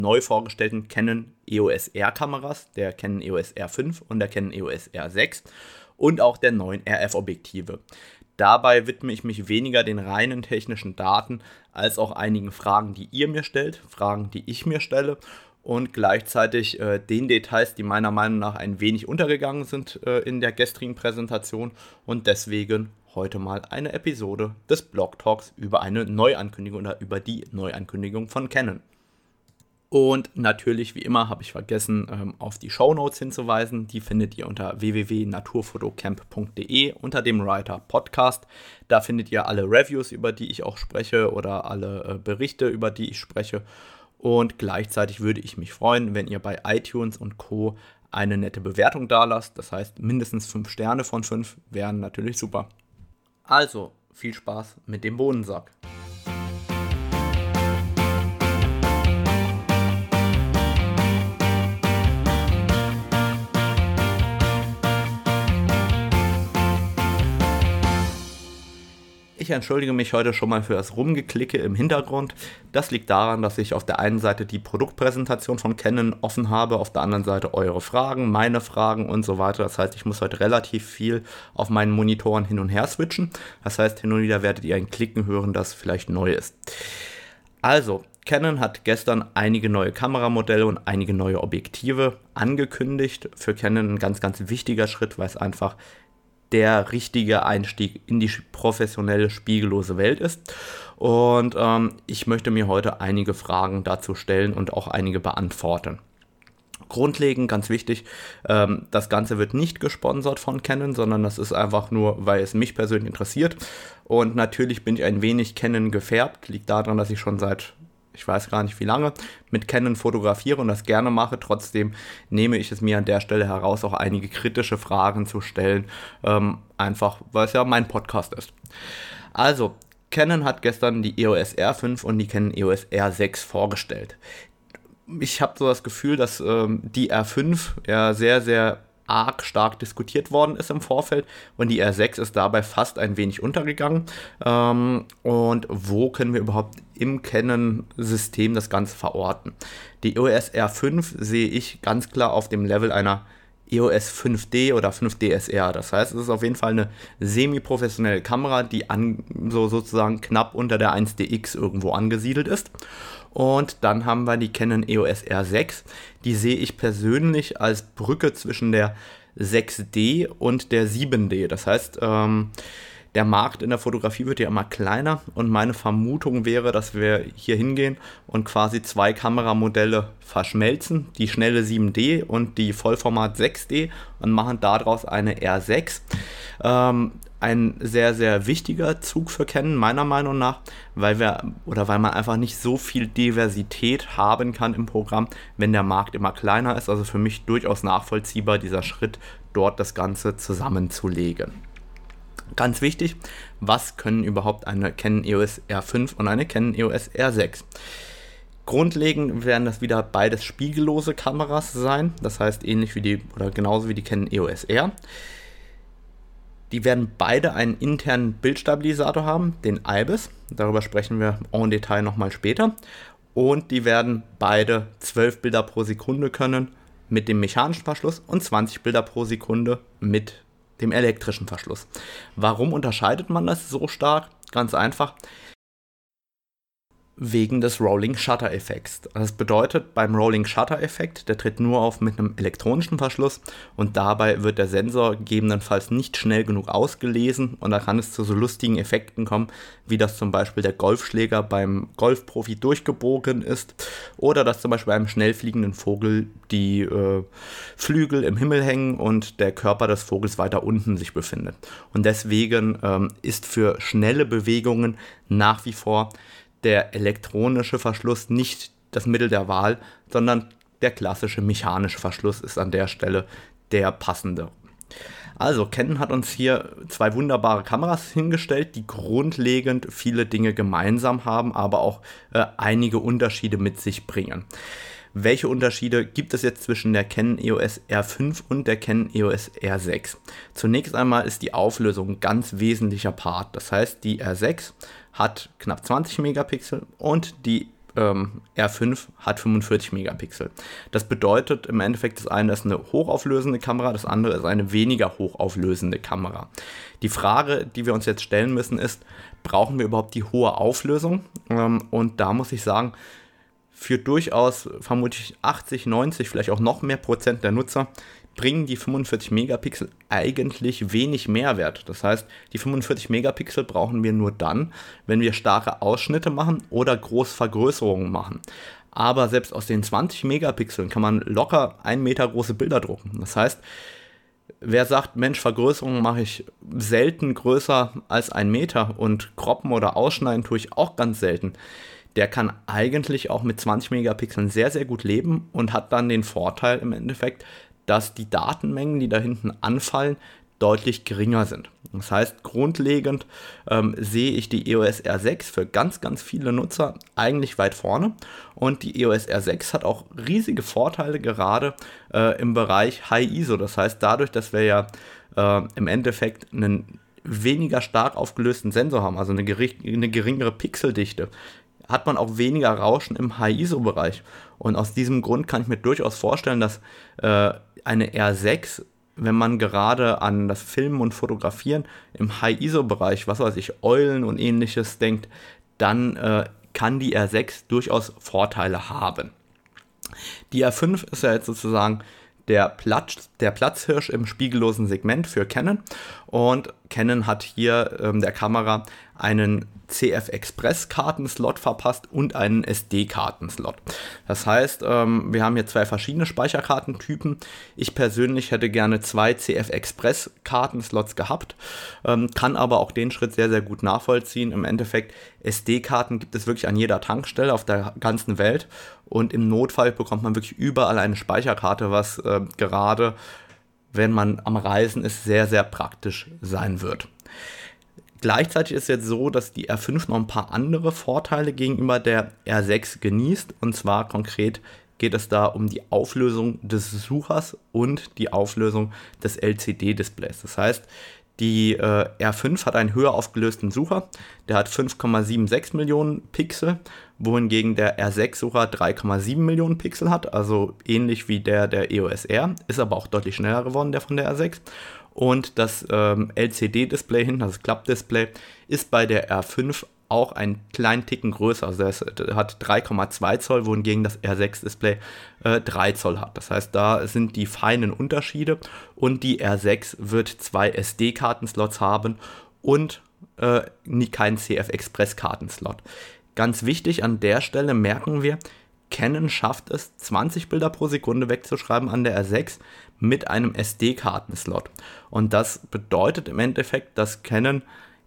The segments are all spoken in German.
neu vorgestellten Canon EOS R-Kameras, der Canon EOS R5 und der Canon EOS R6 und auch der neuen RF-Objektive. Dabei widme ich mich weniger den reinen technischen Daten, als auch einigen Fragen, die ihr mir stellt, Fragen, die ich mir stelle und gleichzeitig den Details, die meiner Meinung nach ein wenig untergegangen sind in der gestrigen Präsentation und deswegen heute mal eine Episode des Blog Talks über eine Neuankündigung oder über die Neuankündigung von Canon. Und natürlich, wie immer, habe ich vergessen, auf die Shownotes hinzuweisen. Die findet ihr unter www.naturfotocamp.de unter dem Writer Podcast. Da findet ihr alle Reviews, über die ich auch spreche oder alle Berichte, über die ich spreche. Und gleichzeitig würde ich mich freuen, wenn ihr bei iTunes und Co. eine nette Bewertung dalasst. Das heißt, mindestens 5 Sterne von 5 wären natürlich super. Also, viel Spaß mit dem Bohnensack. Ich entschuldige mich heute schon mal für das Rumgeklicke im Hintergrund. Das liegt daran, dass ich auf der einen Seite die Produktpräsentation von Canon offen habe, auf der anderen Seite eure Fragen, meine Fragen und so weiter. Das heißt, ich muss heute relativ viel auf meinen Monitoren hin und her switchen. Das heißt, hin und wieder werdet ihr ein Klicken hören, das vielleicht neu ist. Also, Canon hat gestern einige neue Kameramodelle und einige neue Objektive angekündigt. Für Canon ein ganz, ganz wichtiger Schritt, weil es einfach der richtige Einstieg in die professionelle, spiegellose Welt ist. Und ich möchte mir heute einige Fragen dazu stellen und auch einige beantworten. Grundlegend, ganz wichtig, das Ganze wird nicht gesponsert von Canon, sondern das ist einfach nur, weil es mich persönlich interessiert. Und natürlich bin ich ein wenig Canon gefärbt, liegt daran, dass ich schon seit ich weiß gar nicht wie lange, mit Canon fotografiere und das gerne mache. Trotzdem nehme ich es mir an der Stelle heraus, auch einige kritische Fragen zu stellen, einfach weil es ja mein Podcast ist. Also, Canon hat gestern die EOS R5 und die Canon EOS R6 vorgestellt. Ich habe so das Gefühl, dass die R5 ja sehr, sehr arg stark diskutiert worden ist im Vorfeld und die R6 ist dabei fast ein wenig untergegangen. Und wo können wir überhaupt im Canon-System das Ganze verorten? Die EOS R5 sehe ich ganz klar auf dem Level einer EOS 5D oder 5D SR. Das heißt, es ist auf jeden Fall eine semi-professionelle Kamera, die so sozusagen knapp unter der 1DX irgendwo angesiedelt ist. Und dann haben wir die Canon EOS R6. Die sehe ich persönlich als Brücke zwischen der 6D und der 7D. Das heißt, der Markt in der Fotografie wird ja immer kleiner und meine Vermutung wäre, dass wir hier hingehen und quasi 2 Kameramodelle verschmelzen, die schnelle 7D und die Vollformat 6D und machen daraus eine R6. Ein sehr, sehr wichtiger Zug für Canon, meiner Meinung nach, weil man einfach nicht so viel Diversität haben kann im Programm, wenn der Markt immer kleiner ist. Also für mich durchaus nachvollziehbar, dieser Schritt, dort das Ganze zusammenzulegen. Ganz wichtig, was können überhaupt eine Canon EOS R5 und eine Canon EOS R6? Grundlegend werden das wieder beides spiegellose Kameras sein, das heißt genauso wie die Canon EOS R. Die werden beide einen internen Bildstabilisator haben, den IBIS. Darüber sprechen wir en Detail nochmal später. Und die werden beide 12 Bilder pro Sekunde können mit dem mechanischen Verschluss und 20 Bilder pro Sekunde mit dem elektrischen Verschluss. Warum unterscheidet man das so stark? Ganz einfach. Wegen des Rolling Shutter Effekts. Das bedeutet, beim Rolling Shutter Effekt, der tritt nur auf mit einem elektronischen Verschluss und dabei wird der Sensor gegebenenfalls nicht schnell genug ausgelesen und da kann es zu so lustigen Effekten kommen, wie dass zum Beispiel der Golfschläger beim Golfprofi durchgebogen ist oder dass zum Beispiel bei einem schnell fliegenden Vogel die Flügel im Himmel hängen und der Körper des Vogels weiter unten sich befindet. Und deswegen ist für schnelle Bewegungen nach wie vor der elektronische Verschluss nicht das Mittel der Wahl, sondern der klassische mechanische Verschluss ist an der Stelle der passende. Also Canon hat uns hier 2 wunderbare Kameras hingestellt, die grundlegend viele Dinge gemeinsam haben, aber auch einige Unterschiede mit sich bringen. Welche Unterschiede gibt es jetzt zwischen der Canon EOS R5 und der Canon EOS R6? Zunächst einmal ist die Auflösung ein ganz wesentlicher Part. Das heißt, die R6 hat knapp 20 Megapixel und die R5 hat 45 Megapixel. Das bedeutet im Endeffekt, das eine ist eine hochauflösende Kamera, das andere ist eine weniger hochauflösende Kamera. Die Frage, die wir uns jetzt stellen müssen, ist, brauchen wir überhaupt die hohe Auflösung? Und da muss ich sagen, für durchaus vermutlich 80, 90, vielleicht auch noch mehr Prozent der Nutzer bringen die 45 Megapixel eigentlich wenig Mehrwert. Das heißt, die 45 Megapixel brauchen wir nur dann, wenn wir starke Ausschnitte machen oder Großvergrößerungen machen. Aber selbst aus den 20 Megapixeln kann man locker 1 Meter große Bilder drucken. Das heißt, wer sagt, Mensch, Vergrößerungen mache ich selten größer als 1 Meter und croppen oder ausschneiden tue ich auch ganz selten, der kann eigentlich auch mit 20 Megapixeln sehr, sehr gut leben und hat dann den Vorteil im Endeffekt, dass die Datenmengen, die da hinten anfallen, deutlich geringer sind. Das heißt, grundlegend sehe ich die EOS R6 für ganz, ganz viele Nutzer eigentlich weit vorne. Und die EOS R6 hat auch riesige Vorteile, gerade im Bereich High ISO. Das heißt, dadurch, dass wir ja im Endeffekt einen weniger stark aufgelösten Sensor haben, also eine geringere Pixeldichte, hat man auch weniger Rauschen im High-ISO-Bereich. Und aus diesem Grund kann ich mir durchaus vorstellen, dass eine R6, wenn man gerade an das Filmen und Fotografieren im High-ISO-Bereich, was weiß ich, Eulen und ähnliches denkt, dann kann die R6 durchaus Vorteile haben. Die R5 ist ja jetzt sozusagen der Platzhirsch im spiegellosen Segment für Canon, und Canon hat hier der Kamera einen CF Express Kartenslot verpasst und einen SD Kartenslot. Das heißt, wir haben hier zwei verschiedene Speicherkartentypen. Ich persönlich hätte gerne 2 CF Express Kartenslots gehabt, kann aber auch den Schritt sehr, sehr gut nachvollziehen. Im Endeffekt, SD-Karten gibt es wirklich an jeder Tankstelle auf der ganzen Welt, und im Notfall bekommt man wirklich überall eine Speicherkarte, was gerade, wenn man am Reisen ist, sehr, sehr praktisch sein wird. Gleichzeitig ist es jetzt so, dass die R5 noch ein paar andere Vorteile gegenüber der R6 genießt. Und zwar konkret geht es da um die Auflösung des Suchers und die Auflösung des LCD-Displays. Das heißt, die R5 hat einen höher aufgelösten Sucher, der hat 5,76 Millionen Pixel, wohingegen der R6-Sucher 3,7 Millionen Pixel hat, also ähnlich wie der EOS R, ist aber auch deutlich schneller geworden, der von der R6. Und das LCD-Display hinten, das Klappdisplay, ist bei der R5 auch einen kleinen Ticken größer. Also es hat 3,2 Zoll, wohingegen das R6-Display 3 Zoll hat. Das heißt, da sind die feinen Unterschiede, und die R6 wird 2 SD-Kartenslots haben und keinen CF-Express-Kartenslot. Ganz wichtig an der Stelle merken wir, Canon schafft es, 20 Bilder pro Sekunde wegzuschreiben an der R6 mit einem SD-Kartenslot. Und das bedeutet im Endeffekt, dass Canon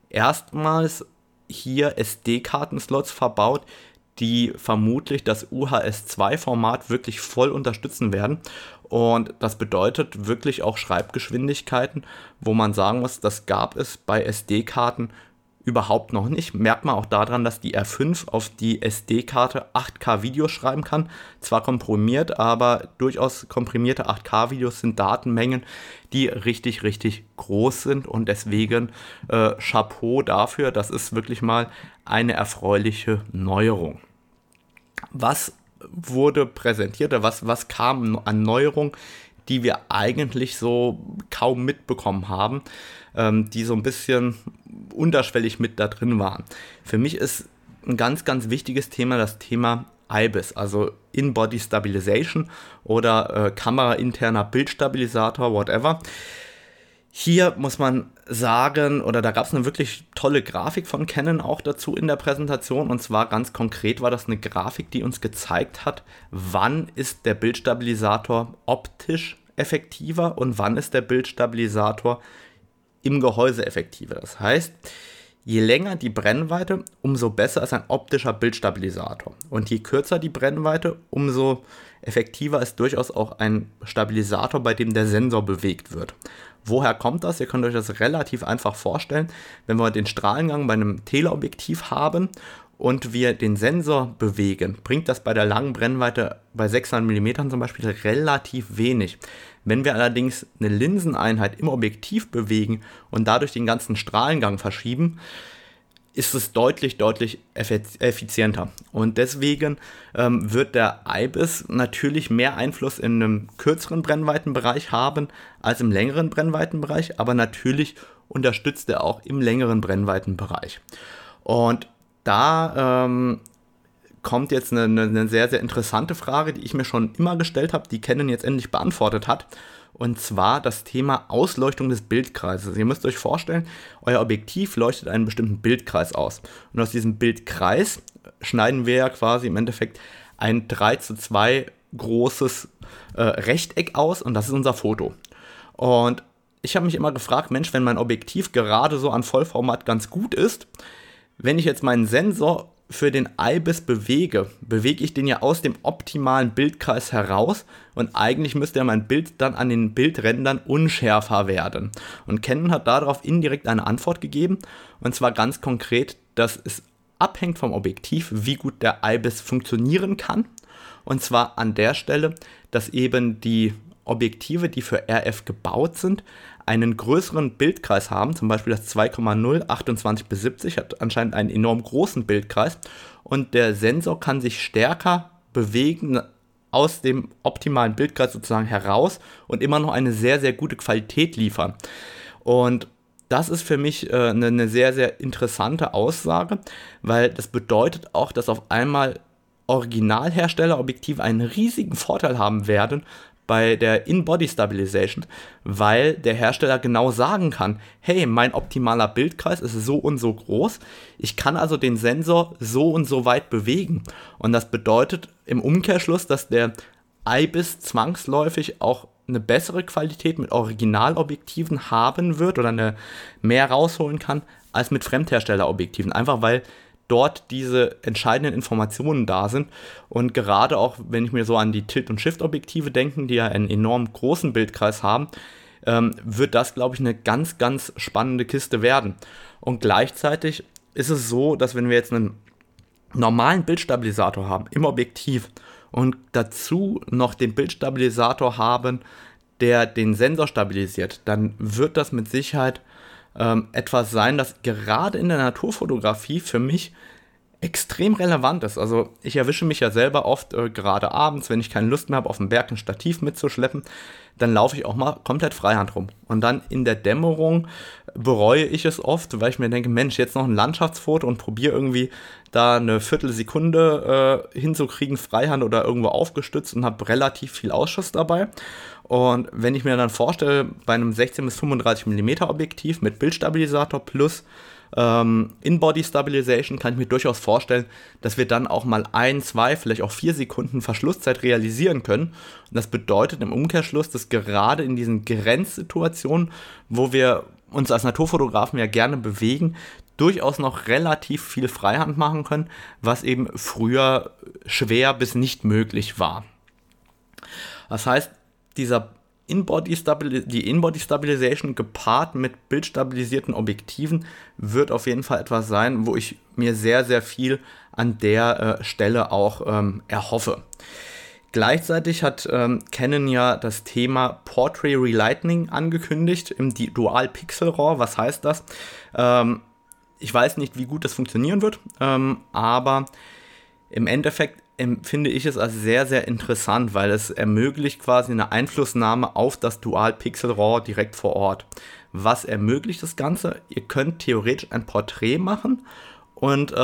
erstmals hier SD-Kartenslots verbaut, die vermutlich das UHS-2-Format wirklich voll unterstützen werden. Und das bedeutet wirklich auch Schreibgeschwindigkeiten, wo man sagen muss, das gab es bei SD-Karten überhaupt noch nicht. Merkt man auch daran, dass die R5 auf die SD-Karte 8K Videos schreiben kann. Zwar komprimiert, aber durchaus komprimierte 8K Videos sind Datenmengen, die richtig, richtig groß sind, und deswegen Chapeau dafür. Das ist wirklich mal eine erfreuliche Neuerung. Was wurde präsentiert, oder was kam an Neuerung, die wir eigentlich so kaum mitbekommen haben, die so ein bisschen unterschwellig mit da drin waren. Für mich ist ein ganz, ganz wichtiges Thema das Thema IBIS, also In-Body Stabilization oder kamerainterner Bildstabilisator, whatever. Hier muss man sagen, oder da gab es eine wirklich tolle Grafik von Canon auch dazu in der Präsentation, und zwar ganz konkret war das eine Grafik, die uns gezeigt hat, wann ist der Bildstabilisator optisch effektiver und wann ist der Bildstabilisator im Gehäuse effektiver. Das heißt, je länger die Brennweite, umso besser ist ein optischer Bildstabilisator. Und je kürzer die Brennweite, umso effektiver ist durchaus auch ein Stabilisator, bei dem der Sensor bewegt wird. Woher kommt das? Ihr könnt euch das relativ einfach vorstellen. Wenn wir den Strahlengang bei einem Teleobjektiv haben und wir den Sensor bewegen, bringt das bei der langen Brennweite bei 600 mm zum Beispiel relativ wenig. Wenn wir allerdings eine Linseneinheit im Objektiv bewegen und dadurch den ganzen Strahlengang verschieben, ist es deutlich, deutlich effizienter. Und deswegen wird der IBIS natürlich mehr Einfluss in einem kürzeren Brennweitenbereich haben als im längeren Brennweitenbereich, aber natürlich unterstützt er auch im längeren Brennweitenbereich. Und da kommt jetzt eine sehr, sehr interessante Frage, die ich mir schon immer gestellt habe, die Canon jetzt endlich beantwortet hat. Und zwar das Thema Ausleuchtung des Bildkreises. Ihr müsst euch vorstellen, euer Objektiv leuchtet einen bestimmten Bildkreis aus. Und aus diesem Bildkreis schneiden wir ja quasi im Endeffekt ein 3:2 großes Rechteck aus und das ist unser Foto. Und ich habe mich immer gefragt, Mensch, wenn mein Objektiv gerade so an Vollformat ganz gut ist, wenn ich jetzt meinen Sensor für den IBIS bewege ich den ja aus dem optimalen Bildkreis heraus und eigentlich müsste ja mein Bild dann an den Bildrändern unschärfer werden. Und Canon hat darauf indirekt eine Antwort gegeben und zwar ganz konkret, dass es abhängt vom Objektiv, wie gut der IBIS funktionieren kann. Und zwar an der Stelle, dass eben die Objektive, die für RF gebaut sind, einen größeren Bildkreis haben, zum Beispiel das 2,0, 28-70 hat anscheinend einen enorm großen Bildkreis und der Sensor kann sich stärker bewegen aus dem optimalen Bildkreis sozusagen heraus und immer noch eine sehr, sehr gute Qualität liefern. Und das ist für mich eine sehr, sehr interessante Aussage, weil das bedeutet auch, dass auf einmal Originalherstellerobjektive einen riesigen Vorteil haben werden bei der In-Body Stabilization, weil der Hersteller genau sagen kann, hey, mein optimaler Bildkreis ist so und so groß, ich kann also den Sensor so und so weit bewegen. Und das bedeutet im Umkehrschluss, dass der IBIS zwangsläufig auch eine bessere Qualität mit Originalobjektiven haben wird oder mehr rausholen kann als mit Fremdherstellerobjektiven. Einfach weil dort diese entscheidenden Informationen da sind und gerade auch, wenn ich mir so an die Tilt- und Shift-Objektive denke, die ja einen enorm großen Bildkreis haben, wird das, glaube ich, eine ganz, ganz spannende Kiste werden. Und gleichzeitig ist es so, dass wenn wir jetzt einen normalen Bildstabilisator haben im Objektiv und dazu noch den Bildstabilisator haben, der den Sensor stabilisiert, dann wird das mit Sicherheit etwas sein, das gerade in der Naturfotografie für mich extrem relevant ist. Also ich erwische mich ja selber oft, gerade abends, wenn ich keine Lust mehr habe, auf dem Berg ein Stativ mitzuschleppen, dann laufe ich auch mal komplett Freihand rum. Und dann in der Dämmerung bereue ich es oft, weil ich mir denke, Mensch, jetzt noch ein Landschaftsfoto und probiere irgendwie da eine Viertelsekunde hinzukriegen, Freihand oder irgendwo aufgestützt und habe relativ viel Ausschuss dabei. Und wenn ich mir dann vorstelle, bei einem 16 bis 35 mm Objektiv mit Bildstabilisator plus In-Body Stabilization kann ich mir durchaus vorstellen, dass wir dann auch mal 1, 2, vielleicht auch 4 Sekunden Verschlusszeit realisieren können. Und das bedeutet im Umkehrschluss, dass gerade in diesen Grenzsituationen, wo wir uns als Naturfotografen ja gerne bewegen, durchaus noch relativ viel Freihand machen können, was eben früher schwer bis nicht möglich war. Das heißt, die In-Body Stabilization gepaart mit bildstabilisierten Objektiven wird auf jeden Fall etwas sein, wo ich mir sehr, sehr viel an der Stelle auch erhoffe. Gleichzeitig hat Canon ja das Thema Portrait Relighting angekündigt im Dual Pixel RAW. Was heißt das? Ich weiß nicht, wie gut das funktionieren wird, aber im Endeffekt empfinde ich es als sehr, sehr interessant, weil es ermöglicht quasi eine Einflussnahme auf das Dual Pixel RAW direkt vor Ort. Was ermöglicht das Ganze? Ihr könnt theoretisch ein Porträt machen und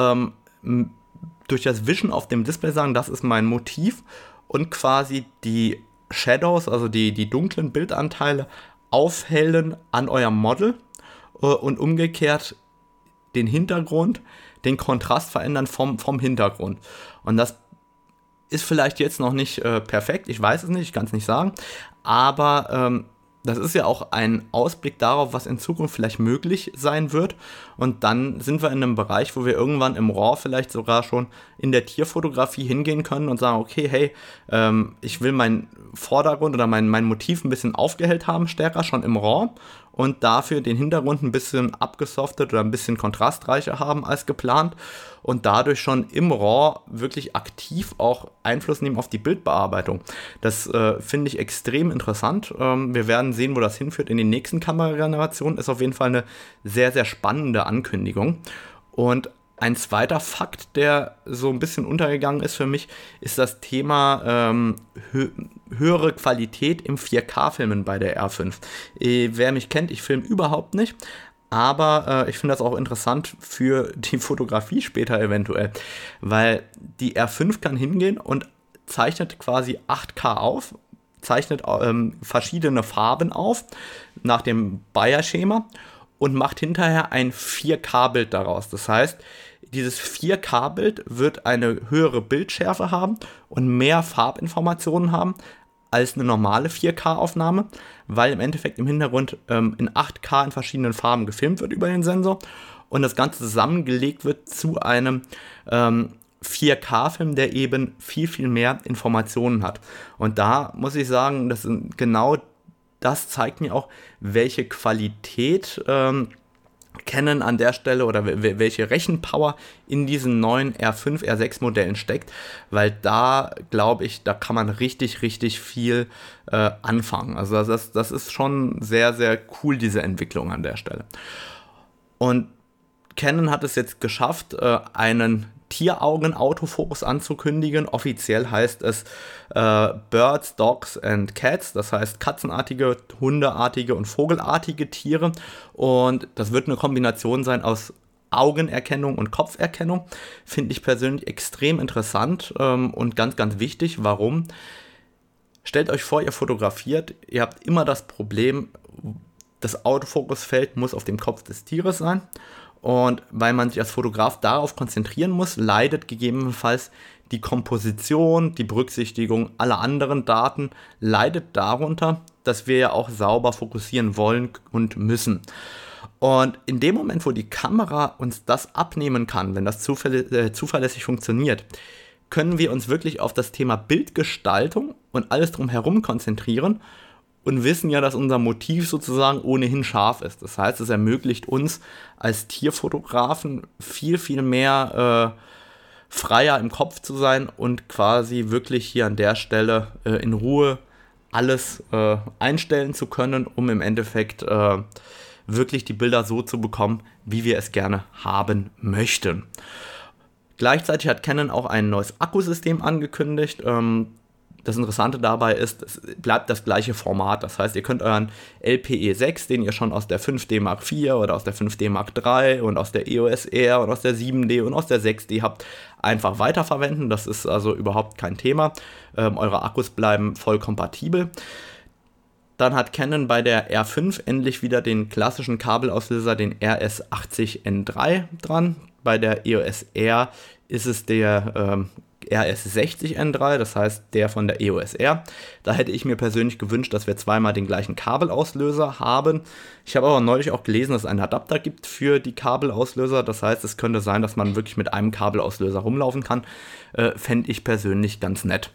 durch das Wischen auf dem Display sagen, das ist mein Motiv und quasi die Shadows, also die dunklen Bildanteile aufhellen an eurem Model und umgekehrt den Hintergrund, den Kontrast verändern vom Hintergrund. Und das ist vielleicht jetzt noch nicht perfekt, ich weiß es nicht, ich kann es nicht sagen, aber das ist ja auch ein Ausblick darauf, was in Zukunft vielleicht möglich sein wird. Und dann sind wir in einem Bereich, wo wir irgendwann im RAW vielleicht sogar schon in der Tierfotografie hingehen können und sagen, okay, hey, ich will meinen Vordergrund oder mein Motiv ein bisschen aufgehellt haben, stärker schon im RAW und dafür den Hintergrund ein bisschen abgesoftet oder ein bisschen kontrastreicher haben als geplant und dadurch schon im RAW wirklich aktiv auch Einfluss nehmen auf die Bildbearbeitung. Das finde ich extrem interessant. Wir werden sehen, wo das hinführt in den nächsten Kameragenerationen. Ist auf jeden Fall eine sehr, sehr spannende Ankündigung. Und ein zweiter Fakt, der so ein bisschen untergegangen ist für mich, ist das Thema höhere Qualität im 4K-Filmen bei der R5. Wer mich kennt, ich filme überhaupt nicht, aber ich finde das auch interessant für die Fotografie später eventuell, weil die R5 kann hingehen und zeichnet quasi 8K auf, zeichnet verschiedene Farben auf nach dem Bayer-Schema und macht hinterher ein 4K-Bild daraus. Das heißt, dieses 4K-Bild wird eine höhere Bildschärfe haben und mehr Farbinformationen haben als eine normale 4K-Aufnahme, weil im Endeffekt im Hintergrund in 8K in verschiedenen Farben gefilmt wird über den Sensor und das Ganze zusammengelegt wird zu einem 4K-Film, der eben viel, viel mehr Informationen hat. Und da muss ich sagen, das zeigt mir auch, welche Qualität Canon an der Stelle oder welche Rechenpower in diesen neuen R5, R6 Modellen steckt, weil da glaube ich, da kann man richtig, richtig viel anfangen. Also das ist schon sehr, sehr cool, diese Entwicklung an der Stelle. Und Canon hat es jetzt geschafft, einen Tieraugen-Autofokus anzukündigen. Offiziell heißt es Birds, Dogs and Cats, das heißt katzenartige, hundeartige und vogelartige Tiere. Und das wird eine Kombination sein aus Augenerkennung und Kopferkennung. Finde ich persönlich extrem interessant und ganz, ganz wichtig. Warum? Stellt euch vor, ihr fotografiert, ihr habt immer das Problem, das Autofokusfeld muss auf dem Kopf des Tieres sein. Und weil man sich als Fotograf darauf konzentrieren muss, leidet gegebenenfalls die Komposition, die Berücksichtigung aller anderen Daten, leidet darunter, dass wir ja auch sauber fokussieren wollen und müssen. Und in dem Moment, wo die Kamera uns das abnehmen kann, wenn das zuverlässig funktioniert, können wir uns wirklich auf das Thema Bildgestaltung und alles drumherum konzentrieren und wissen ja, dass unser Motiv sozusagen ohnehin scharf ist. Das heißt, es ermöglicht uns als Tierfotografen viel, viel mehr freier im Kopf zu sein und quasi wirklich hier an der Stelle in Ruhe alles einstellen zu können, um im Endeffekt wirklich die Bilder so zu bekommen, wie wir es gerne haben möchten. Gleichzeitig hat Canon auch ein neues Akkusystem angekündigt. Das Interessante dabei ist, es bleibt das gleiche Format. Das heißt, ihr könnt euren LPE6, den ihr schon aus der 5D Mark IV oder aus der 5D Mark III und aus der EOS R und aus der 7D und aus der 6D habt, einfach weiterverwenden. Das ist also überhaupt kein Thema. Eure Akkus bleiben voll kompatibel. Dann hat Canon bei der R5 endlich wieder den klassischen Kabelauslöser, den RS80N3 dran. Bei der EOS R ist es der RS60N3, das heißt der von der EOS R. Da hätte ich mir persönlich gewünscht, dass wir zweimal den gleichen Kabelauslöser haben. Ich habe aber neulich auch gelesen, dass es einen Adapter gibt für die Kabelauslöser. Das heißt, es könnte sein, dass man wirklich mit einem Kabelauslöser rumlaufen kann. Fände ich persönlich ganz nett.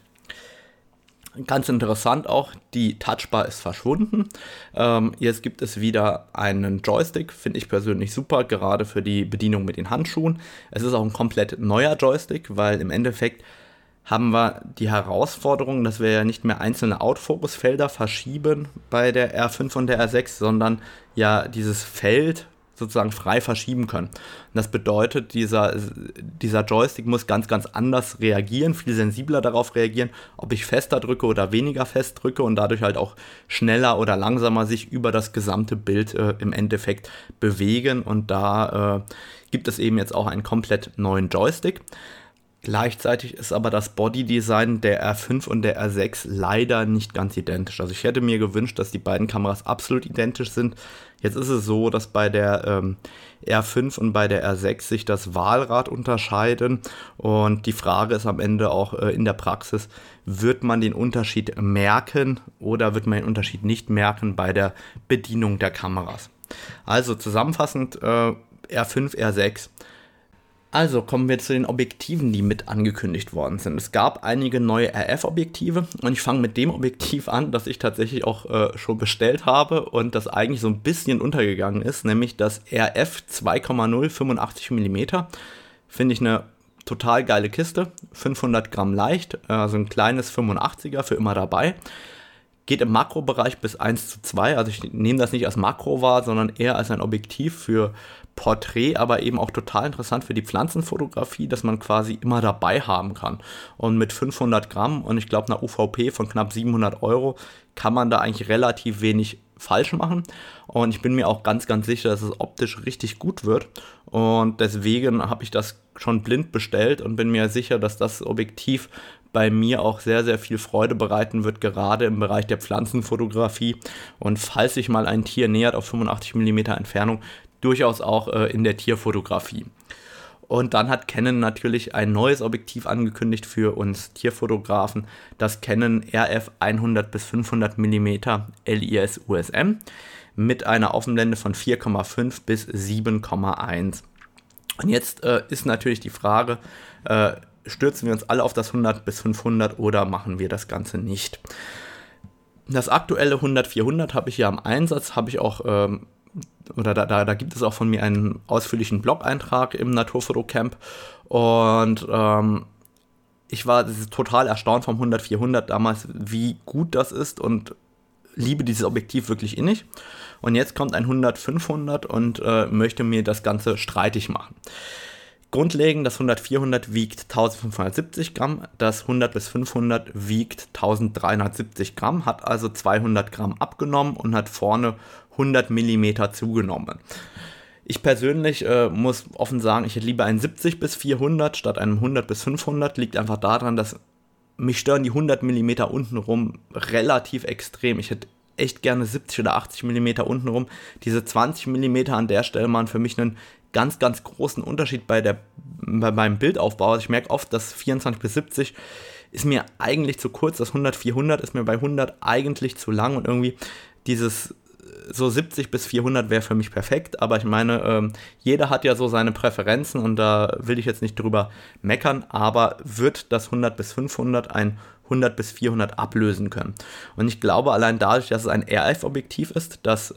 Ganz interessant auch, die Touchbar ist verschwunden. Jetzt gibt es wieder einen Joystick, finde ich persönlich super, gerade für die Bedienung mit den Handschuhen. Es ist auch ein komplett neuer Joystick, weil im Endeffekt haben wir die Herausforderung, dass wir ja nicht mehr einzelne Autofokusfelder verschieben bei der R5 und der R6, sondern ja dieses Feld sozusagen frei verschieben können. Und das bedeutet, dieser Joystick muss ganz, ganz anders reagieren, viel sensibler darauf reagieren, ob ich fester drücke oder weniger fest drücke und dadurch halt auch schneller oder langsamer sich über das gesamte Bild im Endeffekt bewegen. Und da gibt es eben jetzt auch einen komplett neuen Joystick. Gleichzeitig ist aber das Bodydesign der R5 und der R6 leider nicht ganz identisch. Also ich hätte mir gewünscht, dass die beiden Kameras absolut identisch sind. Jetzt ist es so, dass bei der R5 und bei der R6 sich das Wahlrad unterscheiden. Und die Frage ist am Ende auch in der Praxis, wird man den Unterschied merken oder wird man den Unterschied nicht merken bei der Bedienung der Kameras? Also zusammenfassend R5, R6. Also kommen wir zu den Objektiven, die mit angekündigt worden sind. Es gab einige neue RF-Objektive und ich fange mit dem Objektiv an, das ich tatsächlich auch schon bestellt habe und das eigentlich so ein bisschen untergegangen ist, nämlich das RF 2,0 85 mm. Finde ich eine total geile Kiste, 500 Gramm leicht, also ein kleines 85er für immer dabei. Geht im Makrobereich bis 1:2, also ich nehme das nicht als Makro wahr, sondern eher als ein Objektiv für Porträt, aber eben auch total interessant für die Pflanzenfotografie, dass man quasi immer dabei haben kann. Und mit 500 Gramm und ich glaube einer UVP von knapp 700 Euro kann man da eigentlich relativ wenig falsch machen. Und ich bin mir auch ganz, ganz sicher, dass es optisch richtig gut wird. Und deswegen habe ich das schon blind bestellt und bin mir sicher, dass das Objektiv bei mir auch sehr, sehr viel Freude bereiten wird, gerade im Bereich der Pflanzenfotografie. Und falls sich mal ein Tier nähert auf 85 mm Entfernung, durchaus auch in der Tierfotografie. Und dann hat Canon natürlich ein neues Objektiv angekündigt für uns Tierfotografen, das Canon RF 100 bis 500 mm LIS USM mit einer Offenblende von 4,5 bis 7,1. Und jetzt ist natürlich die Frage, stürzen wir uns alle auf das 100 bis 500 oder machen wir das Ganze nicht? Das aktuelle 100-400 habe ich ja im Einsatz, habe ich auch da gibt es auch von mir einen ausführlichen Blog-Eintrag im Naturfotocamp und ich war total erstaunt vom 100-400 damals, wie gut das ist und liebe dieses Objektiv wirklich innig. Und jetzt kommt ein 100-500 und möchte mir das Ganze streitig machen. Grundlegend, das 100-400 wiegt 1570 Gramm, das 100 bis 500 wiegt 1370 Gramm, hat also 200 Gramm abgenommen und hat vorne 100 mm zugenommen. Ich persönlich muss offen sagen, ich hätte lieber einen 70 bis 400 statt einem 100 bis 500. Liegt einfach daran, dass mich stören die 100 mm untenrum relativ extrem. Ich hätte echt gerne 70 oder 80 mm untenrum. Diese 20 mm an der Stelle machen für mich einen ganz, ganz großen Unterschied bei meinem Bildaufbau. Also ich merke oft, dass 24 bis 70 ist mir eigentlich zu kurz. Das 100-400 ist mir bei 100 eigentlich zu lang und irgendwie dieses so 70 bis 400 wäre für mich perfekt, aber ich meine, jeder hat ja so seine Präferenzen und da will ich jetzt nicht drüber meckern, aber wird das 100 bis 500 ein 100 bis 400 ablösen können. Und ich glaube, allein dadurch, dass es ein RF-Objektiv ist, das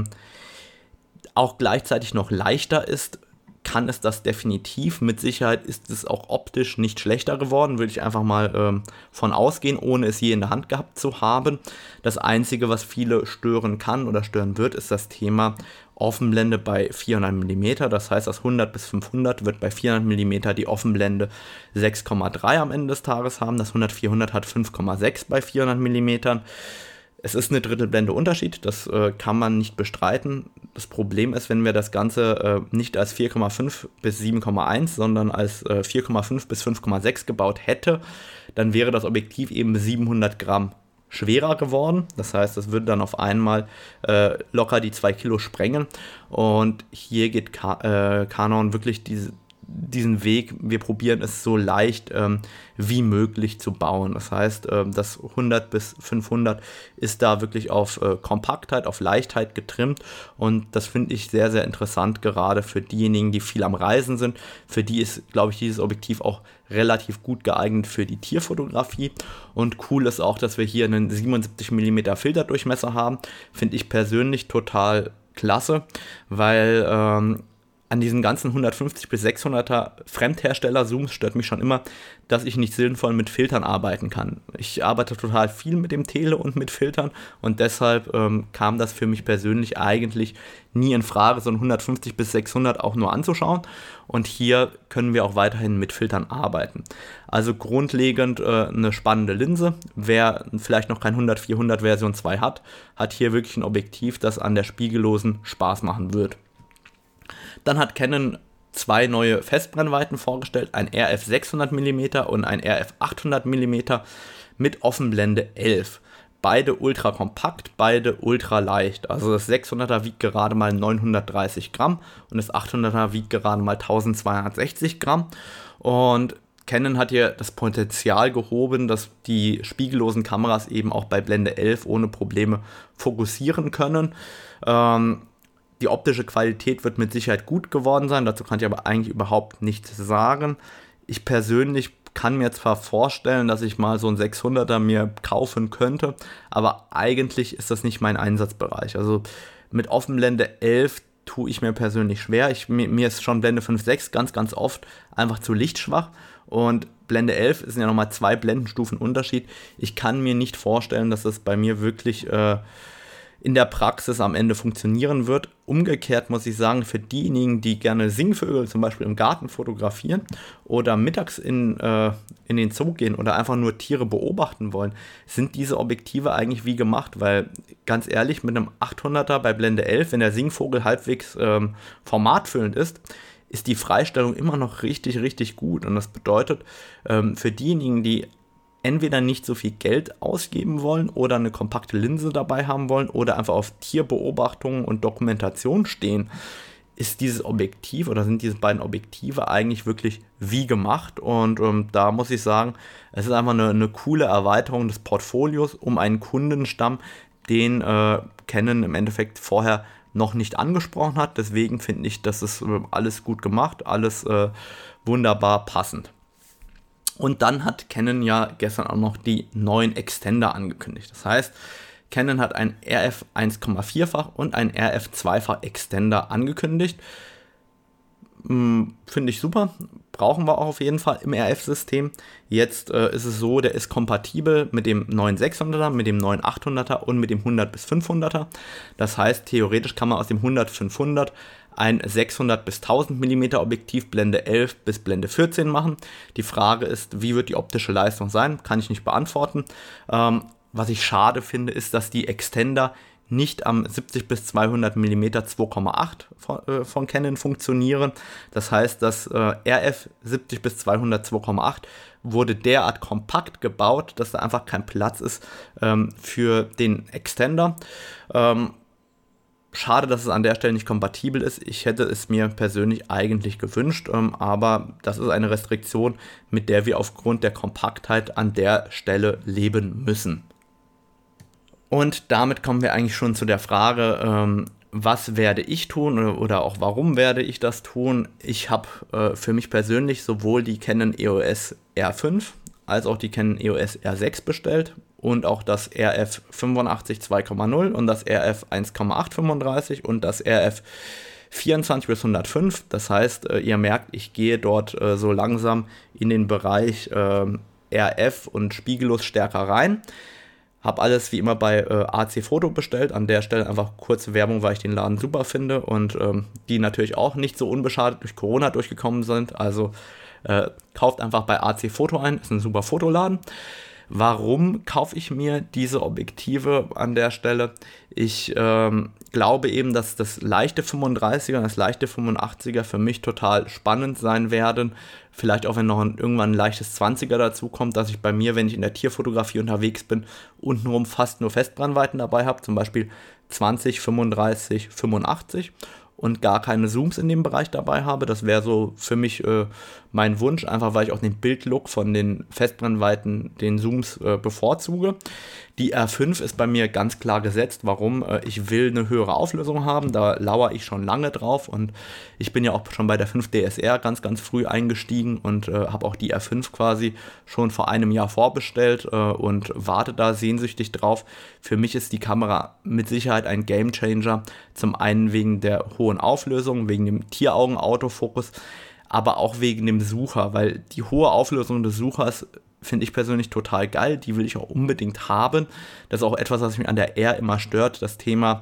auch gleichzeitig noch leichter ist, kann es das definitiv. Mit Sicherheit ist es auch optisch nicht schlechter geworden, würde ich einfach mal von ausgehen, ohne es je in der Hand gehabt zu haben. Das Einzige, was viele stören kann oder stören wird, ist das Thema Offenblende bei 400 mm. Das heißt, das 100 bis 500 wird bei 400 mm die Offenblende 6,3 am Ende des Tages haben. Das 100-400 hat 5,6 bei 400 mm. Es ist eine Drittelblende Unterschied, das kann man nicht bestreiten. Das Problem ist, wenn wir das Ganze nicht als 4,5 bis 7,1, sondern als 4,5 bis 5,6 gebaut hätte, dann wäre das Objektiv eben 700 Gramm schwerer geworden. Das heißt, es würde dann auf einmal locker die 2 Kilo sprengen. Und hier geht Canon wirklich diesen Weg, wir probieren es so leicht wie möglich zu bauen. Das heißt, das 100 bis 500 ist da wirklich auf Kompaktheit, auf Leichtheit getrimmt und das finde ich sehr, sehr interessant, gerade für diejenigen, die viel am Reisen sind. Für die ist, glaube ich, dieses Objektiv auch relativ gut geeignet für die Tierfotografie und cool ist auch, dass wir hier einen 77 mm Filterdurchmesser haben. Finde ich persönlich total klasse, weil an diesen ganzen 150 bis 600er Fremdhersteller-Zooms stört mich schon immer, dass ich nicht sinnvoll mit Filtern arbeiten kann. Ich arbeite total viel mit dem Tele und mit Filtern und deshalb kam das für mich persönlich eigentlich nie in Frage, so ein 150 bis 600 auch nur anzuschauen und hier können wir auch weiterhin mit Filtern arbeiten. Also grundlegend eine spannende Linse. Wer vielleicht noch kein 100-400 Version 2 hat hier wirklich ein Objektiv, das an der Spiegellosen Spaß machen wird. Dann hat Canon zwei neue Festbrennweiten vorgestellt, ein RF 600 mm und ein RF 800 mm mit Offenblende 11. Beide ultra kompakt, beide ultra leicht. Also das 600er wiegt gerade mal 930 Gramm und das 800er wiegt gerade mal 1260 Gramm. Und Canon hat hier das Potenzial gehoben, dass die spiegellosen Kameras eben auch bei Blende 11 ohne Probleme fokussieren können. Die optische Qualität wird mit Sicherheit gut geworden sein, dazu kann ich aber eigentlich überhaupt nichts sagen. Ich persönlich kann mir zwar vorstellen, dass ich mal so einen 600er mir kaufen könnte, aber eigentlich ist das nicht mein Einsatzbereich. Also mit Offenblende 11 tue ich mir persönlich schwer. Mir ist schon Blende 5.6 ganz, ganz oft einfach zu lichtschwach und Blende 11 sind ja nochmal 2 Blendenstufen Unterschied. Ich kann mir nicht vorstellen, dass das bei mir wirklich in der Praxis am Ende funktionieren wird. Umgekehrt muss ich sagen, für diejenigen, die gerne Singvögel zum Beispiel im Garten fotografieren oder mittags in den Zoo gehen oder einfach nur Tiere beobachten wollen, sind diese Objektive eigentlich wie gemacht, weil ganz ehrlich, mit einem 800er bei Blende 11, wenn der Singvogel halbwegs formatfüllend ist die Freistellung immer noch richtig, richtig gut. Und das bedeutet, für diejenigen, die entweder nicht so viel Geld ausgeben wollen oder eine kompakte Linse dabei haben wollen oder einfach auf Tierbeobachtungen und Dokumentation stehen, ist dieses Objektiv oder sind diese beiden Objektive eigentlich wirklich wie gemacht. Und da muss ich sagen, es ist einfach eine coole Erweiterung des Portfolios um einen Kundenstamm, den Canon im Endeffekt vorher noch nicht angesprochen hat. Deswegen finde ich, das ist alles gut gemacht, alles wunderbar passend. Und dann hat Canon ja gestern auch noch die neuen Extender angekündigt. Das heißt, Canon hat ein RF 1,4-fach und ein RF 2-fach Extender angekündigt. Finde ich super, brauchen wir auch auf jeden Fall im RF-System. Jetzt ist es so, der ist kompatibel mit dem neuen 600er, mit dem neuen 800er und mit dem 100 bis 500er. Das heißt, theoretisch kann man aus dem 100-500 ein 600 bis 1000 mm Objektiv Blende 11 bis Blende 14 machen. Die Frage ist, wie wird die optische Leistung sein? Kann ich nicht beantworten. Was ich schade finde, ist, dass die Extender nicht am 70 bis 200 mm 2,8 von Canon funktionieren. Das heißt, das RF 70 bis 200 2,8 wurde derart kompakt gebaut, dass da einfach kein Platz ist für den Extender. Schade, dass es an der Stelle nicht kompatibel ist. Ich hätte es mir persönlich eigentlich gewünscht, aber das ist eine Restriktion, mit der wir aufgrund der Kompaktheit an der Stelle leben müssen. Und damit kommen wir eigentlich schon zu der Frage, was werde ich tun oder auch warum werde ich das tun? Ich habe für mich persönlich sowohl die Canon EOS R5 als auch die Canon EOS R6 bestellt und auch das RF 85 2,0 und das RF 1,835 und das RF 24 bis 105. Das heißt, ihr merkt, ich gehe dort so langsam in den Bereich RF und spiegellos stärker rein. Habe alles wie immer bei AC Foto bestellt. An der Stelle einfach kurze Werbung, weil ich den Laden super finde und die natürlich auch nicht so unbeschadet durch Corona durchgekommen sind. Also kauft einfach bei AC Foto ein, ist ein super Fotoladen. Warum kaufe ich mir diese Objektive an der Stelle? Ich glaube eben, dass das leichte 35er und das leichte 85er für mich total spannend sein werden. Vielleicht auch, wenn noch irgendwann ein leichtes 20er dazu kommt, dass ich bei mir, wenn ich in der Tierfotografie unterwegs bin, untenrum fast nur Festbrennweiten dabei habe, zum Beispiel 20, 35, 85 und gar keine Zooms in dem Bereich dabei habe. Das wäre so für mich mein Wunsch, einfach weil ich auch den Bildlook von den Festbrennweiten, den Zooms bevorzuge. Die R5 ist bei mir ganz klar gesetzt. Warum? Ich will eine höhere Auflösung haben, da lauere ich schon lange drauf und ich bin ja auch schon bei der 5 DSR ganz, ganz früh eingestiegen und habe auch die R5 quasi schon vor einem Jahr vorbestellt und warte da sehnsüchtig drauf. Für mich ist die Kamera mit Sicherheit ein Gamechanger, zum einen wegen der hohen Auflösung, wegen dem Tieraugen-Autofokus, aber auch wegen dem Sucher, weil die hohe Auflösung des Suchers finde ich persönlich total geil, die will ich auch unbedingt haben. Das ist auch etwas, was mich an der R immer stört, das Thema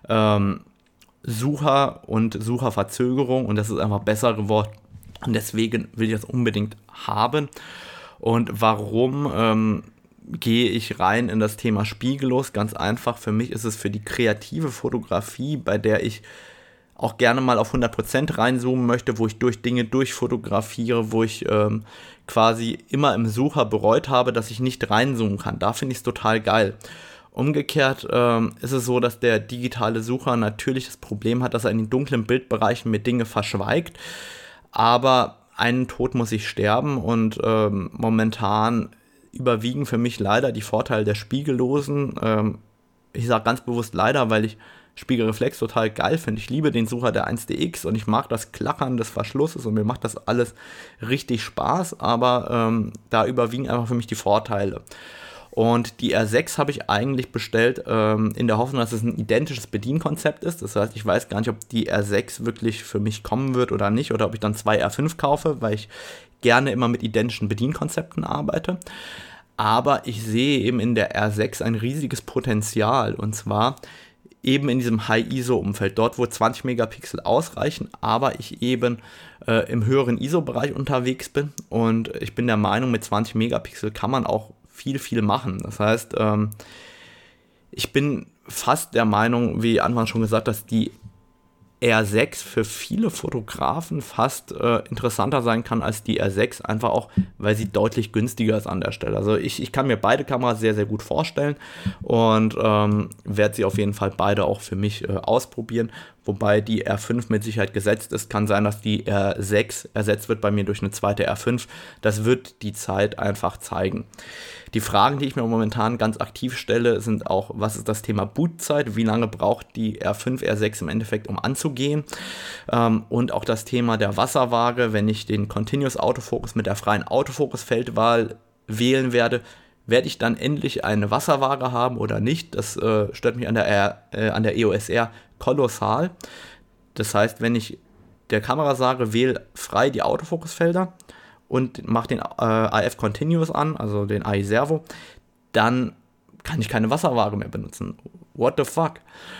Sucher und Sucherverzögerung, und das ist einfach besser geworden und deswegen will ich das unbedingt haben. Und warum gehe ich rein in das Thema spiegellos? Ganz einfach, für mich ist es für die kreative Fotografie, bei der ich auch gerne mal auf 100% reinzoomen möchte, wo ich durch Dinge durchfotografiere, wo ich quasi immer im Sucher bereut habe, dass ich nicht reinzoomen kann. Da finde ich es total geil. Umgekehrt ist es so, dass der digitale Sucher natürlich das Problem hat, dass er in den dunklen Bildbereichen mir Dinge verschweigt, aber einen Tod muss ich sterben und momentan überwiegen für mich leider die Vorteile der spiegellosen. Ich sage ganz bewusst leider, weil ich Spiegelreflex total geil finde. Ich liebe den Sucher der 1DX und ich mag das Klackern des Verschlusses und mir macht das alles richtig Spaß, aber da überwiegen einfach für mich die Vorteile. Und die R6 habe ich eigentlich bestellt in der Hoffnung, dass es ein identisches Bedienkonzept ist. Das heißt, ich weiß gar nicht, ob die R6 wirklich für mich kommen wird oder nicht, oder ob ich dann 2 R5 kaufe, weil ich gerne immer mit identischen Bedienkonzepten arbeite. Aber ich sehe eben in der R6 ein riesiges Potenzial, und zwar eben in diesem High-ISO-Umfeld, dort wo 20 Megapixel ausreichen, aber ich eben im höheren ISO-Bereich unterwegs bin, und ich bin der Meinung, mit 20 Megapixel kann man auch viel machen. Das heißt, ich bin fast der Meinung, wie Anfang schon gesagt, dass die R6 für viele Fotografen fast interessanter sein kann als die R6, einfach auch, weil sie deutlich günstiger ist an der Stelle. Also ich kann mir beide Kameras sehr, sehr gut vorstellen und werde sie auf jeden Fall beide auch für mich ausprobieren, wobei die R5 mit Sicherheit gesetzt ist. Kann sein, dass die R6 ersetzt wird bei mir durch eine zweite R5. Das wird die Zeit einfach zeigen. Die Fragen, die ich mir momentan ganz aktiv stelle, sind auch, was ist das Thema Bootzeit? Wie lange braucht die R5, R6 im Endeffekt, um anzugehen? Und auch das Thema der Wasserwaage, wenn ich den Continuous Autofocus mit der freien Autofokusfeldwahl wählen werde, werde ich dann endlich eine Wasserwaage haben oder nicht? Das stört mich an der EOS R kolossal. Das heißt, wenn ich der Kamera sage, wähle frei die Autofokusfelder und mache den AF Continuous an, also den AI Servo, dann kann ich keine Wasserwaage mehr benutzen. What the fuck?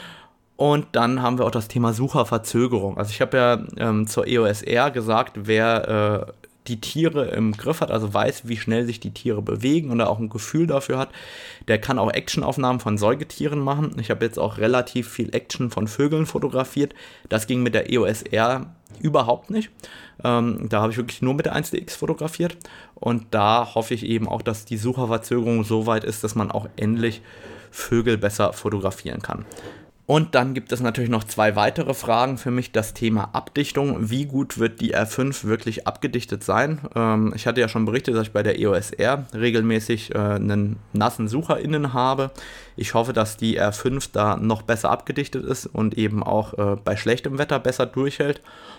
Und dann haben wir auch das Thema Sucherverzögerung. Also ich habe ja zur EOS R gesagt, wer die Tiere im Griff hat, also weiß, wie schnell sich die Tiere bewegen und da auch ein Gefühl dafür hat, der kann auch Actionaufnahmen von Säugetieren machen. Ich habe jetzt auch relativ viel Action von Vögeln fotografiert. Das ging mit der EOS R überhaupt nicht. Da habe ich wirklich nur mit der 1DX fotografiert, und da hoffe ich eben auch, dass die Sucherverzögerung so weit ist, dass man auch endlich Vögel besser fotografieren kann. Und dann gibt es natürlich noch 2 weitere Fragen für mich. Das Thema Abdichtung. Wie gut wird die R5 wirklich abgedichtet sein? Ich hatte ja schon berichtet, dass ich bei der EOS R regelmäßig einen nassen Sucher innen habe. Ich hoffe, dass die R5 da noch besser abgedichtet ist und eben auch bei schlechtem Wetter besser durchhält.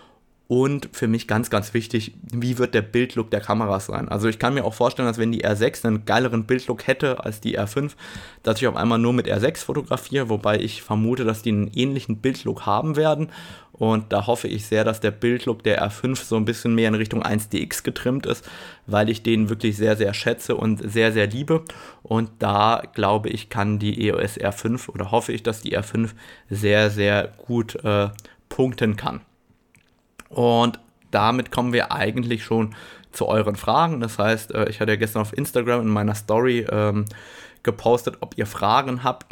Und für mich ganz, ganz wichtig, wie wird der Bildlook der Kameras sein? Also ich kann mir auch vorstellen, dass wenn die R6 einen geileren Bildlook hätte als die R5, dass ich auf einmal nur mit R6 fotografiere, wobei ich vermute, dass die einen ähnlichen Bildlook haben werden. Und da hoffe ich sehr, dass der Bildlook der R5 so ein bisschen mehr in Richtung 1DX getrimmt ist, weil ich den wirklich sehr, sehr schätze und sehr, sehr liebe. Und da glaube ich, kann die EOS R5, oder hoffe ich, dass die R5 sehr, sehr gut punkten kann. Und damit kommen wir eigentlich schon zu euren Fragen. Das heißt, ich hatte ja gestern auf Instagram in meiner Story gepostet, ob ihr Fragen habt.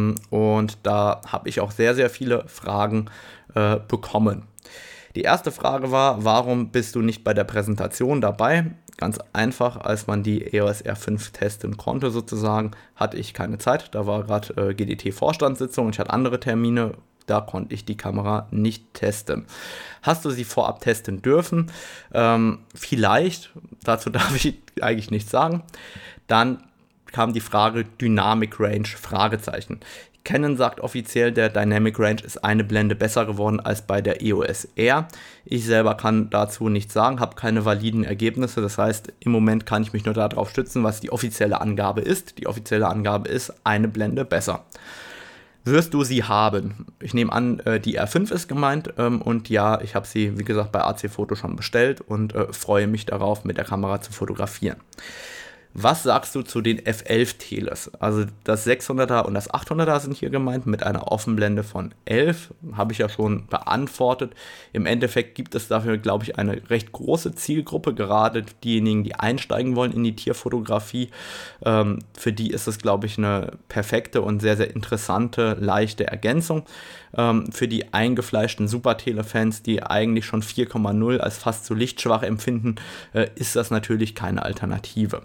Und da habe ich auch sehr, sehr viele Fragen bekommen. Die erste Frage war, warum bist du nicht bei der Präsentation dabei? Ganz einfach, als man die EOS R5 testen konnte sozusagen, hatte ich keine Zeit. Da war gerade GDT-Vorstandssitzung und ich hatte andere Termine. Da konnte ich die Kamera nicht testen. Hast du sie vorab testen dürfen? Vielleicht, dazu darf ich eigentlich nichts sagen. Dann kam die Frage Dynamic Range, Fragezeichen. Canon sagt offiziell, der Dynamic Range ist eine Blende besser geworden als bei der EOS R. Ich selber kann dazu nichts sagen, habe keine validen Ergebnisse. Das heißt, im Moment kann ich mich nur darauf stützen, was die offizielle Angabe ist. Die offizielle Angabe ist, eine Blende besser. Wirst du sie haben? Ich nehme an, die R5 ist gemeint und ja, ich habe sie, wie gesagt, bei AC Foto schon bestellt und freue mich darauf, mit der Kamera zu fotografieren. Was sagst du zu den F11-Teles? Also das 600er und das 800er sind hier gemeint mit einer Offenblende von 11. Habe ich ja schon beantwortet. Im Endeffekt gibt es dafür, glaube ich, eine recht große Zielgruppe, gerade diejenigen, die einsteigen wollen in die Tierfotografie. Für die ist es, glaube ich, eine perfekte und sehr, sehr interessante, leichte Ergänzung. Für die eingefleischten Super-Tele-Fans, die eigentlich schon 4,0 als fast zu lichtschwach empfinden, ist das natürlich keine Alternative.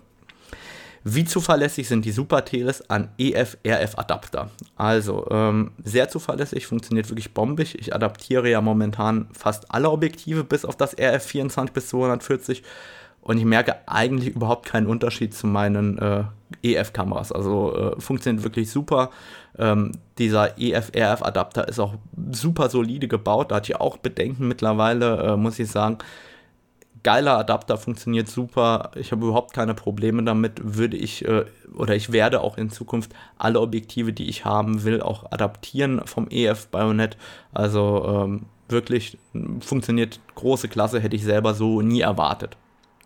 Wie zuverlässig sind die Super-Teles an EF-RF-Adapter? Also, sehr zuverlässig, funktioniert wirklich bombig. Ich adaptiere ja momentan fast alle Objektive bis auf das RF24 bis 240 und ich merke eigentlich überhaupt keinen Unterschied zu meinen EF-Kameras. Also, funktioniert wirklich super. Dieser EF-RF-Adapter ist auch super solide gebaut. Da hatte ich auch Bedenken mittlerweile, muss ich sagen. geiler Adapter, funktioniert super, ich habe überhaupt keine Probleme damit, ich werde auch in Zukunft alle Objektive, die ich haben will, auch adaptieren vom EF Bayonet, also wirklich funktioniert große Klasse, hätte ich selber so nie erwartet.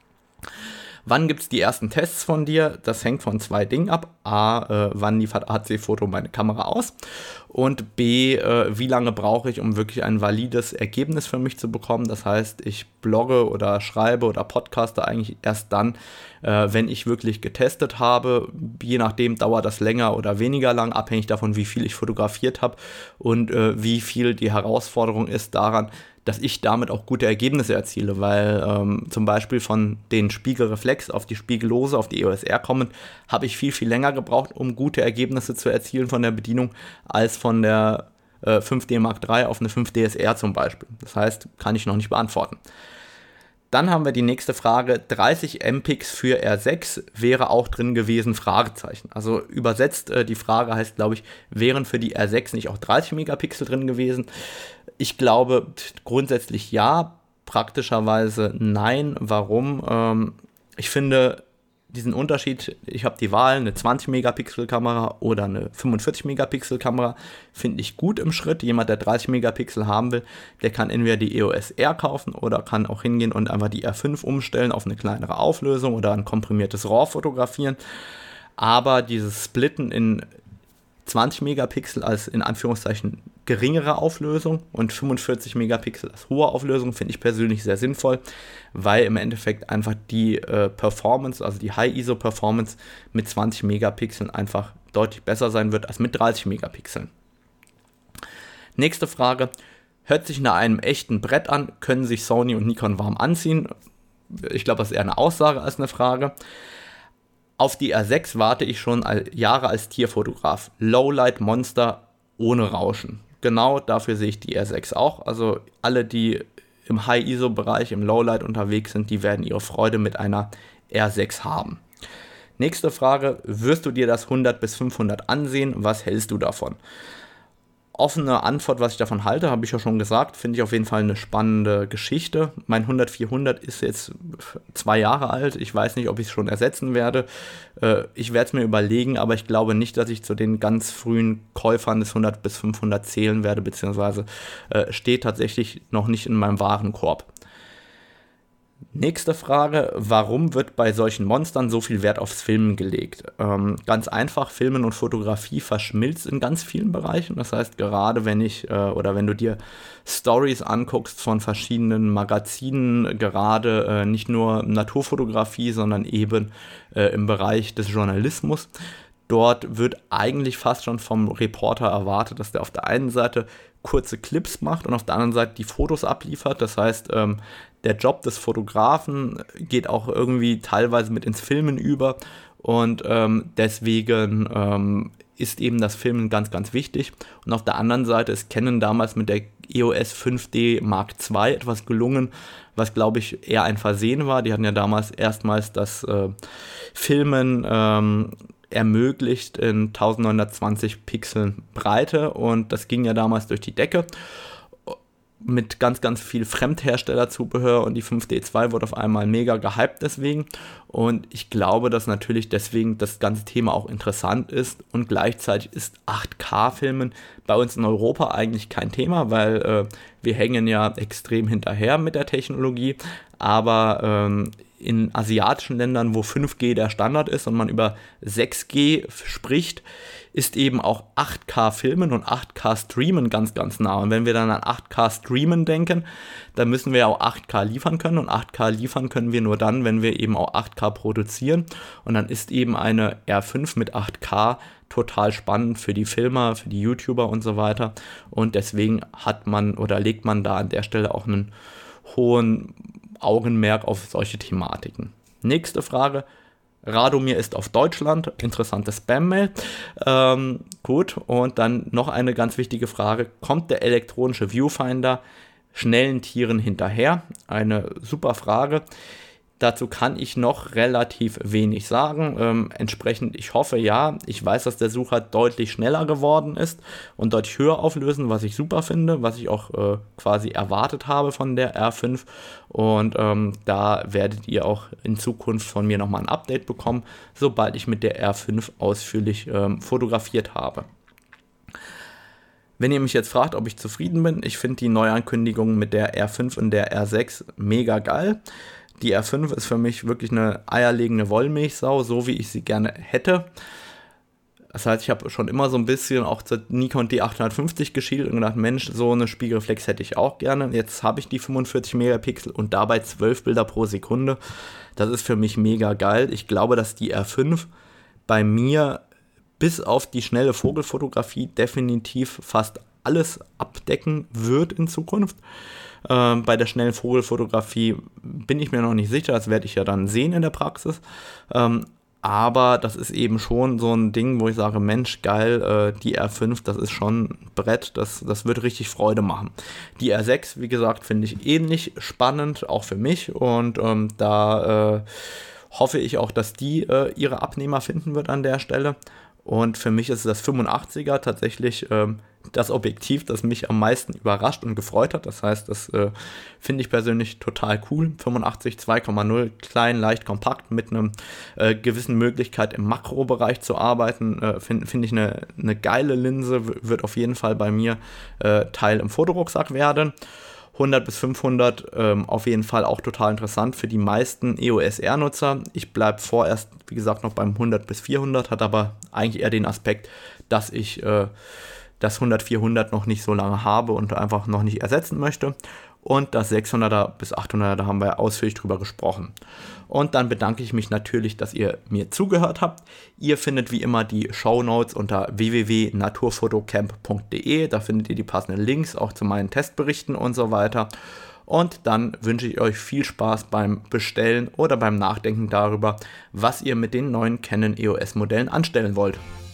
Wann gibt es die ersten Tests von dir? Das hängt von 2 Dingen ab. A, wann liefert AC Photo meine Kamera aus? Und B, wie lange brauche ich, um wirklich ein valides Ergebnis für mich zu bekommen? Das heißt, ich blogge oder schreibe oder podcaste eigentlich erst dann, wenn ich wirklich getestet habe. Je nachdem dauert das länger oder weniger lang, abhängig davon, wie viel ich fotografiert habe und wie viel die Herausforderung ist daran, dass ich damit auch gute Ergebnisse erziele, weil zum Beispiel von den Spiegelreflex auf die Spiegellose, auf die EOS R kommend, habe ich viel, viel länger gebraucht, um gute Ergebnisse zu erzielen von der Bedienung, als von der 5D Mark III auf eine 5DS-R zum Beispiel. Das heißt, kann ich noch nicht beantworten. Dann haben wir die nächste Frage, 30 MPix für R6 wäre auch drin gewesen, Fragezeichen. Also übersetzt, die Frage heißt, glaube ich, wären für die R6 nicht auch 30 Megapixel drin gewesen? Ich glaube grundsätzlich ja, praktischerweise nein. Warum? Ich finde diesen Unterschied, ich habe die Wahl, eine 20 Megapixel Kamera oder eine 45 Megapixel Kamera, finde ich gut im Schritt. Jemand, der 30 Megapixel haben will, der kann entweder die EOS R kaufen oder kann auch hingehen und einfach die R5 umstellen auf eine kleinere Auflösung oder ein komprimiertes RAW fotografieren. Aber dieses Splitten in 20 Megapixel als in Anführungszeichen geringere Auflösung und 45 Megapixel als hohe Auflösung finde ich persönlich sehr sinnvoll, weil im Endeffekt einfach die Performance, also die High-ISO-Performance mit 20 Megapixeln einfach deutlich besser sein wird als mit 30 Megapixeln. Nächste Frage. Hört sich nach einem echten Brett an, können sich Sony und Nikon warm anziehen? Ich glaube, das ist eher eine Aussage als eine Frage. Auf die R6 warte ich schon Jahre als Tierfotograf. Lowlight Monster ohne Rauschen. Genau dafür sehe ich die R6 auch. Also alle, die im High-ISO-Bereich, im Lowlight unterwegs sind, die werden ihre Freude mit einer R6 haben. Nächste Frage, wirst du dir das 100 bis 500 ansehen? Was hältst du davon? Offene Antwort, was ich davon halte, habe ich ja schon gesagt, finde ich auf jeden Fall eine spannende Geschichte. Mein 100-400 ist jetzt 2 Jahre alt, ich weiß nicht, ob ich es schon ersetzen werde. Ich werde es mir überlegen, aber ich glaube nicht, dass ich zu den ganz frühen Käufern des 100 bis 500 zählen werde, beziehungsweise steht tatsächlich noch nicht in meinem Warenkorb. Nächste Frage, warum wird bei solchen Monstern so viel Wert aufs Filmen gelegt? Ganz einfach, Filmen und Fotografie verschmilzt in ganz vielen Bereichen. Das heißt, gerade wenn du dir Stories anguckst von verschiedenen Magazinen, gerade nicht nur Naturfotografie, sondern eben im Bereich des Journalismus, dort wird eigentlich fast schon vom Reporter erwartet, dass der auf der einen Seite kurze Clips macht und auf der anderen Seite die Fotos abliefert. Das heißt, der Job des Fotografen geht auch irgendwie teilweise mit ins Filmen über und deswegen ist eben das Filmen ganz, ganz wichtig. Und auf der anderen Seite ist Canon damals mit der EOS 5D Mark II etwas gelungen, was, glaube ich, eher ein Versehen war. Die hatten ja damals erstmals das Filmen ermöglicht in 1920 Pixeln Breite und das ging ja damals durch die Decke mit ganz, ganz viel Fremdherstellerzubehör und die 5D2 wurde auf einmal mega gehypt deswegen und ich glaube, dass natürlich deswegen das ganze Thema auch interessant ist und gleichzeitig ist 8K-Filmen bei uns in Europa eigentlich kein Thema, weil wir hängen ja extrem hinterher mit der Technologie, aber in asiatischen Ländern, wo 5G der Standard ist und man über 6G spricht, ist eben auch 8K-Filmen und 8K-Streamen ganz, ganz nah. Und wenn wir dann an 8K-Streamen denken, dann müssen wir ja auch 8K liefern können. Und 8K liefern können wir nur dann, wenn wir eben auch 8K produzieren. Und dann ist eben eine R5 mit 8K total spannend für die Filmer, für die YouTuber und so weiter. Und deswegen legt man da an der Stelle auch einen hohen Augenmerk auf solche Thematiken. Nächste Frage. Radomir ist auf Deutschland. Interessante Spam-Mail. Gut, und dann noch eine ganz wichtige Frage. Kommt der elektronische Viewfinder schnellen Tieren hinterher? Eine super Frage. Dazu kann ich noch relativ wenig sagen. Entsprechend, ich hoffe ja, ich weiß, dass der Sucher deutlich schneller geworden ist und deutlich höher auflösen, was ich super finde, was ich auch quasi erwartet habe von der R5. Und da werdet ihr auch in Zukunft von mir nochmal ein Update bekommen, sobald ich mit der R5 ausführlich fotografiert habe. Wenn ihr mich jetzt fragt, ob ich zufrieden bin, ich finde die Neuankündigungen mit der R5 und der R6 mega geil. Die R5 ist für mich wirklich eine eierlegende Wollmilchsau, so wie ich sie gerne hätte. Das heißt, ich habe schon immer so ein bisschen auch zur Nikon D850 geschielt und gedacht, Mensch, so eine Spiegelreflex hätte ich auch gerne. Jetzt habe ich die 45 Megapixel und dabei 12 Bilder pro Sekunde. Das ist für mich mega geil. Ich glaube, dass die R5 bei mir bis auf die schnelle Vogelfotografie definitiv fast alles abdecken wird in Zukunft. Bei der schnellen Vogelfotografie bin ich mir noch nicht sicher, das werde ich ja dann sehen in der Praxis. Aber das ist eben schon so ein Ding, wo ich sage, Mensch, geil, die R5, das ist schon ein Brett, das wird richtig Freude machen. Die R6, wie gesagt, finde ich ähnlich spannend, auch für mich. Und da hoffe ich auch, dass die ihre Abnehmer finden wird an der Stelle. Und für mich ist das 85er tatsächlich das Objektiv, das mich am meisten überrascht und gefreut hat. Das heißt, das finde ich persönlich total cool. 85 2,0, klein, leicht, kompakt, mit einer gewissen Möglichkeit im Makrobereich zu arbeiten. Finde ich eine geile Linse, wird auf jeden Fall bei mir Teil im Fotorucksack werden. 100 bis 500 auf jeden Fall auch total interessant für die meisten EOS-R-Nutzer. Ich bleibe vorerst, wie gesagt, noch beim 100 bis 400, hat aber eigentlich eher den Aspekt, dass ich das 100-400 noch nicht so lange habe und einfach noch nicht ersetzen möchte. Und das 600er bis 800er, da haben wir ausführlich drüber gesprochen. Und dann bedanke ich mich natürlich, dass ihr mir zugehört habt. Ihr findet wie immer die Shownotes unter www.naturfotocamp.de. Da findet ihr die passenden Links auch zu meinen Testberichten und so weiter. Und dann wünsche ich euch viel Spaß beim Bestellen oder beim Nachdenken darüber, was ihr mit den neuen Canon EOS Modellen anstellen wollt.